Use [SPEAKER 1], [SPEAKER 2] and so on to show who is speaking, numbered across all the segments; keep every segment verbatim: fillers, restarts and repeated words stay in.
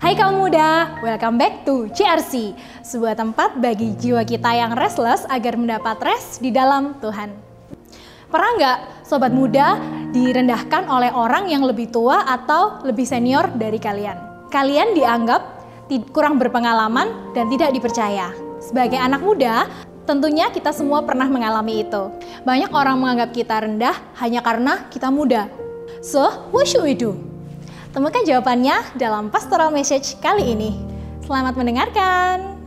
[SPEAKER 1] Hai kaum muda, welcome back to C R C, sebuah tempat bagi jiwa kita yang restless agar mendapat rest di dalam Tuhan. Pernah nggak sobat muda direndahkan oleh orang yang lebih tua atau lebih senior dari kalian? Kalian dianggap kurang berpengalaman dan tidak dipercaya. Sebagai anak muda, tentunya kita semua pernah mengalami itu. Banyak orang menganggap kita rendah hanya karena kita muda. So, what should we do? Temukan jawabannya dalam pastoral message kali ini. Selamat mendengarkan.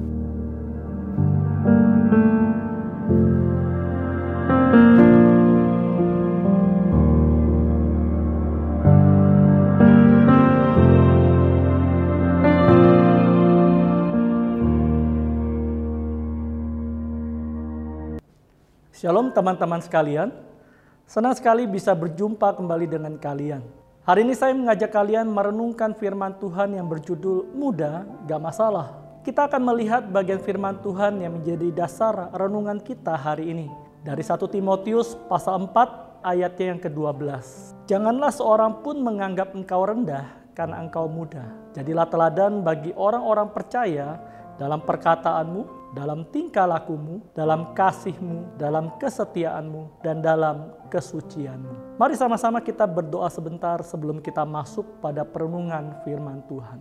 [SPEAKER 2] Shalom teman-teman sekalian, senang sekali bisa berjumpa kembali dengan kalian. Hari ini saya mengajak kalian merenungkan firman Tuhan yang berjudul Muda Gak Masalah. Kita akan melihat bagian firman Tuhan yang menjadi dasar renungan kita hari ini. Dari satu Timotius pasal empat ayatnya yang kedua belas. Janganlah seorang pun menganggap engkau rendah karena engkau muda. Jadilah teladan bagi orang-orang percaya dalam perkataanmu, dalam tingkah lakumu, dalam kasihmu, dalam kesetiaanmu, dan dalam kesucianmu. Mari sama-sama kita berdoa sebentar sebelum kita masuk pada perenungan firman Tuhan.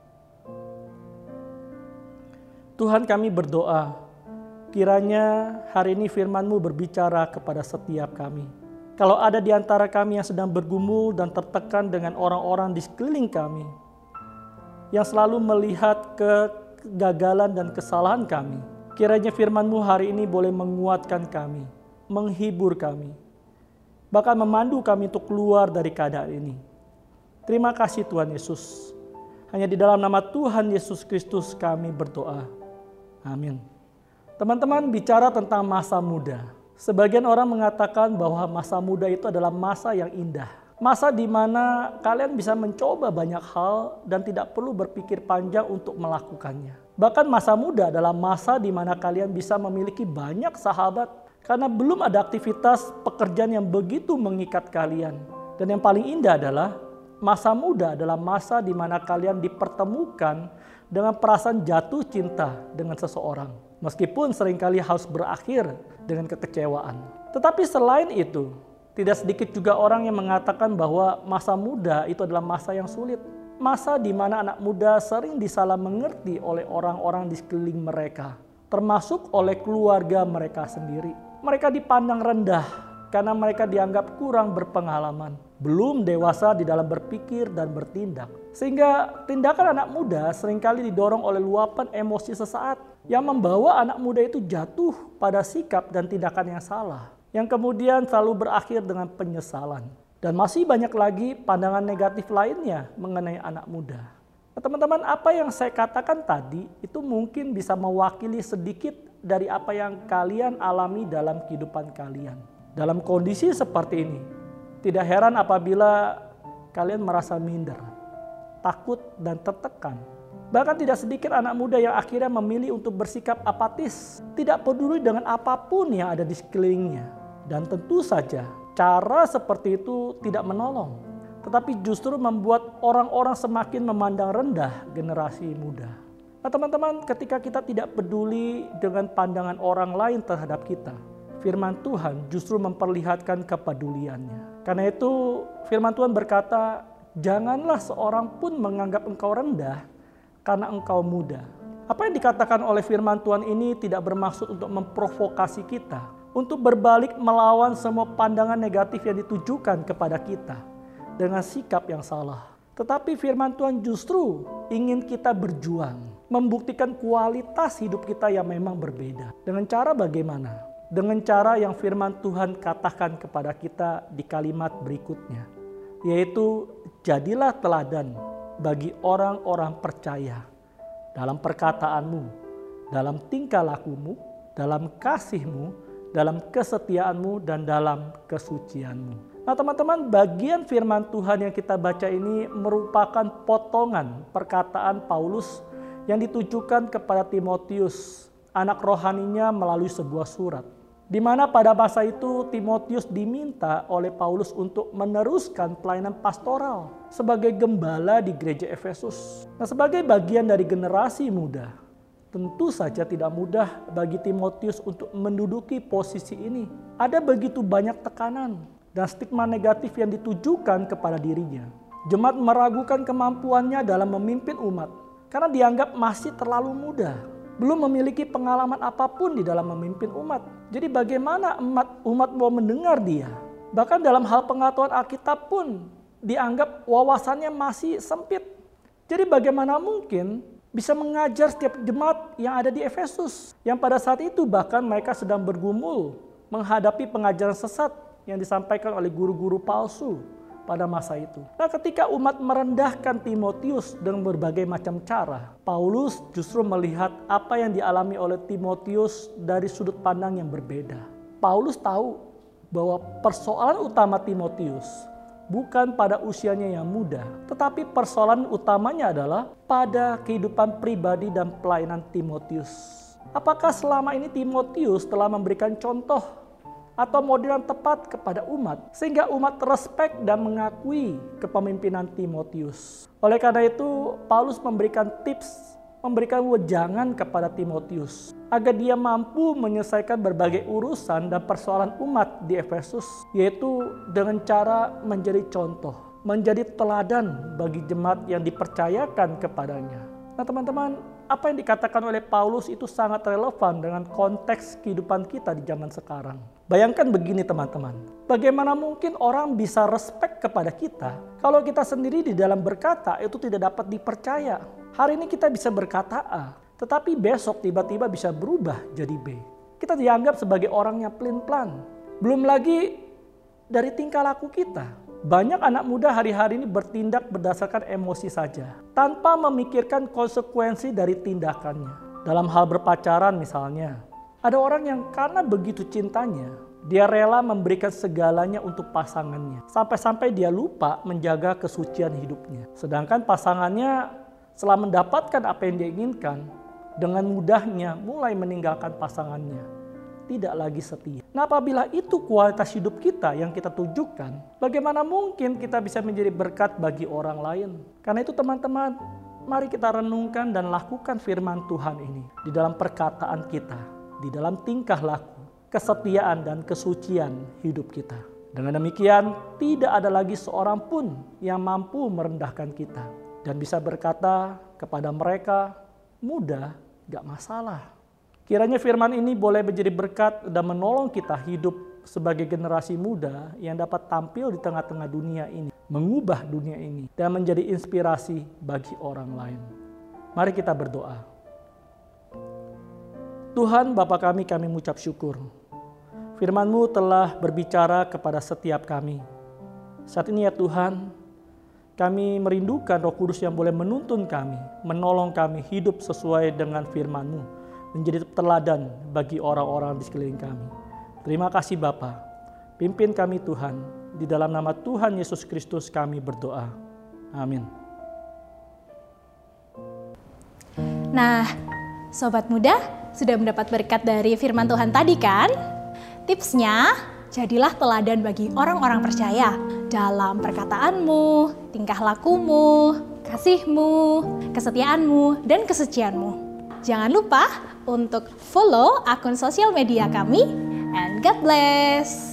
[SPEAKER 2] Tuhan, kami berdoa, kiranya hari ini firman-Mu berbicara kepada setiap kami. Kalau ada di antara kami yang sedang bergumul dan tertekan dengan orang-orang di sekeliling kami, yang selalu melihat kegagalan dan kesalahan kami, kiranya firman-Mu hari ini boleh menguatkan kami, menghibur kami, bahkan memandu kami untuk keluar dari keadaan ini. Terima kasih Tuhan Yesus. Hanya di dalam nama Tuhan Yesus Kristus kami berdoa. Amin. Teman-teman, bicara tentang masa muda. Sebagian orang mengatakan bahwa masa muda itu adalah masa yang indah. Masa di mana kalian bisa mencoba banyak hal dan tidak perlu berpikir panjang untuk melakukannya. Bahkan masa muda adalah masa di mana kalian bisa memiliki banyak sahabat karena belum ada aktivitas pekerjaan yang begitu mengikat kalian. Dan yang paling indah adalah masa muda adalah masa di mana kalian dipertemukan dengan perasaan jatuh cinta dengan seseorang. Meskipun seringkali harus berakhir dengan kekecewaan. Tetapi selain itu, tidak sedikit juga orang yang mengatakan bahwa masa muda itu adalah masa yang sulit. Masa di mana anak muda sering disalah mengerti oleh orang-orang di sekeliling mereka, termasuk oleh keluarga mereka sendiri. Mereka dipandang rendah karena mereka dianggap kurang berpengalaman, belum dewasa di dalam berpikir dan bertindak. Sehingga tindakan anak muda seringkali didorong oleh luapan emosi sesaat yang membawa anak muda itu jatuh pada sikap dan tindakan yang salah, yang kemudian selalu berakhir dengan penyesalan. Dan masih banyak lagi pandangan negatif lainnya mengenai anak muda. Nah, teman-teman, apa yang saya katakan tadi itu mungkin bisa mewakili sedikit dari apa yang kalian alami dalam kehidupan kalian. Dalam kondisi seperti ini, tidak heran apabila kalian merasa minder, takut, dan tertekan. Bahkan tidak sedikit anak muda yang akhirnya memilih untuk bersikap apatis, tidak peduli dengan apapun yang ada di sekelilingnya. Dan tentu saja cara seperti itu tidak menolong, tetapi justru membuat orang-orang semakin memandang rendah generasi muda. Nah teman-teman, ketika kita tidak peduli dengan pandangan orang lain terhadap kita, firman Tuhan justru memperlihatkan kepeduliannya. Karena itu firman Tuhan berkata, janganlah seorang pun menganggap engkau rendah karena engkau muda. Apa yang dikatakan oleh firman Tuhan ini tidak bermaksud untuk memprovokasi kita, untuk berbalik melawan semua pandangan negatif yang ditujukan kepada kita dengan sikap yang salah. Tetapi firman Tuhan justru ingin kita berjuang, membuktikan kualitas hidup kita yang memang berbeda. Dengan cara bagaimana? Dengan cara yang firman Tuhan katakan kepada kita di kalimat berikutnya, yaitu jadilah teladan bagi orang-orang percaya dalam perkataanmu, dalam tingkah lakumu, dalam kasihmu, dalam kesetiaanmu, dan dalam kesucianmu. Nah teman-teman, bagian firman Tuhan yang kita baca ini merupakan potongan perkataan Paulus yang ditujukan kepada Timotius, anak rohaninya melalui sebuah surat. Di mana pada masa itu Timotius diminta oleh Paulus untuk meneruskan pelayanan pastoral sebagai gembala di gereja Efesus. Nah, sebagai bagian dari generasi muda, tentu saja tidak mudah bagi Timotius untuk menduduki posisi ini. Ada begitu banyak tekanan dan stigma negatif yang ditujukan kepada dirinya. Jemaat meragukan kemampuannya dalam memimpin umat karena dianggap masih terlalu muda, belum memiliki pengalaman apapun di dalam memimpin umat. Jadi bagaimana umat, umat mau mendengar dia? Bahkan dalam hal pengetahuan Alkitab pun dianggap wawasannya masih sempit. Jadi bagaimana mungkin bisa mengajar setiap jemaat yang ada di Efesus, yang pada saat itu bahkan mereka sedang bergumul menghadapi pengajaran sesat yang disampaikan oleh guru-guru palsu pada masa itu. Nah, ketika umat merendahkan Timotius dengan berbagai macam cara, Paulus justru melihat apa yang dialami oleh Timotius dari sudut pandang yang berbeda. Paulus tahu bahwa persoalan utama Timotius bukan pada usianya yang muda, tetapi persoalan utamanya adalah pada kehidupan pribadi dan pelayanan Timotius. Apakah selama ini Timotius telah memberikan contoh atau model yang tepat kepada umat, sehingga umat respek dan mengakui kepemimpinan Timotius? Oleh karena itu, Paulus memberikan tips, memberikan wejangan kepada Timotius agar dia mampu menyelesaikan berbagai urusan dan persoalan umat di Efesus, yaitu dengan cara menjadi contoh, menjadi teladan bagi jemaat yang dipercayakan kepadanya. Nah teman-teman, apa yang dikatakan oleh Paulus itu sangat relevan dengan konteks kehidupan kita di zaman sekarang. Bayangkan begini teman-teman, bagaimana mungkin orang bisa respect kepada kita kalau kita sendiri di dalam berkata itu tidak dapat dipercaya. Hari ini kita bisa berkata A, tetapi besok tiba-tiba bisa berubah jadi B. Kita dianggap sebagai orang yang pelin-pelan. Belum lagi dari tingkah laku kita. Banyak anak muda hari-hari ini bertindak berdasarkan emosi saja, tanpa memikirkan konsekuensi dari tindakannya. Dalam hal berpacaran misalnya, ada orang yang karena begitu cintanya, dia rela memberikan segalanya untuk pasangannya. Sampai-sampai dia lupa menjaga kesucian hidupnya. Sedangkan pasangannya setelah mendapatkan apa yang dia inginkan, dengan mudahnya mulai meninggalkan pasangannya. Tidak lagi setia. Nah, apabila itu kualitas hidup kita yang kita tujukan, bagaimana mungkin kita bisa menjadi berkat bagi orang lain? Karena itu teman-teman, mari kita renungkan dan lakukan firman Tuhan ini di dalam perkataan kita, di dalam tingkah laku, kesetiaan dan kesucian hidup kita. Dengan demikian, tidak ada lagi seorang pun yang mampu merendahkan kita dan bisa berkata kepada mereka, mudah, gak masalah. Kiranya firman ini boleh menjadi berkat dan menolong kita hidup sebagai generasi muda yang dapat tampil di tengah-tengah dunia ini, mengubah dunia ini, dan menjadi inspirasi bagi orang lain. Mari kita berdoa. Tuhan Bapa kami, kami mengucap syukur. Firman-Mu telah berbicara kepada setiap kami. Saat ini ya Tuhan, kami merindukan Roh Kudus yang boleh menuntun kami, menolong kami hidup sesuai dengan firman-Mu, menjadi teladan bagi orang-orang di sekeliling kami. Terima kasih Bapa. Pimpin kami Tuhan. Di dalam nama Tuhan Yesus Kristus kami berdoa. Amin.
[SPEAKER 1] Nah, sobat muda, sudah mendapat berkat dari firman Tuhan tadi kan? Tipsnya, jadilah teladan bagi orang-orang percaya dalam perkataanmu, tingkah lakumu, kasihmu, kesetiaanmu, dan kesucianmu. Jangan lupa untuk follow akun sosial media kami, and God bless!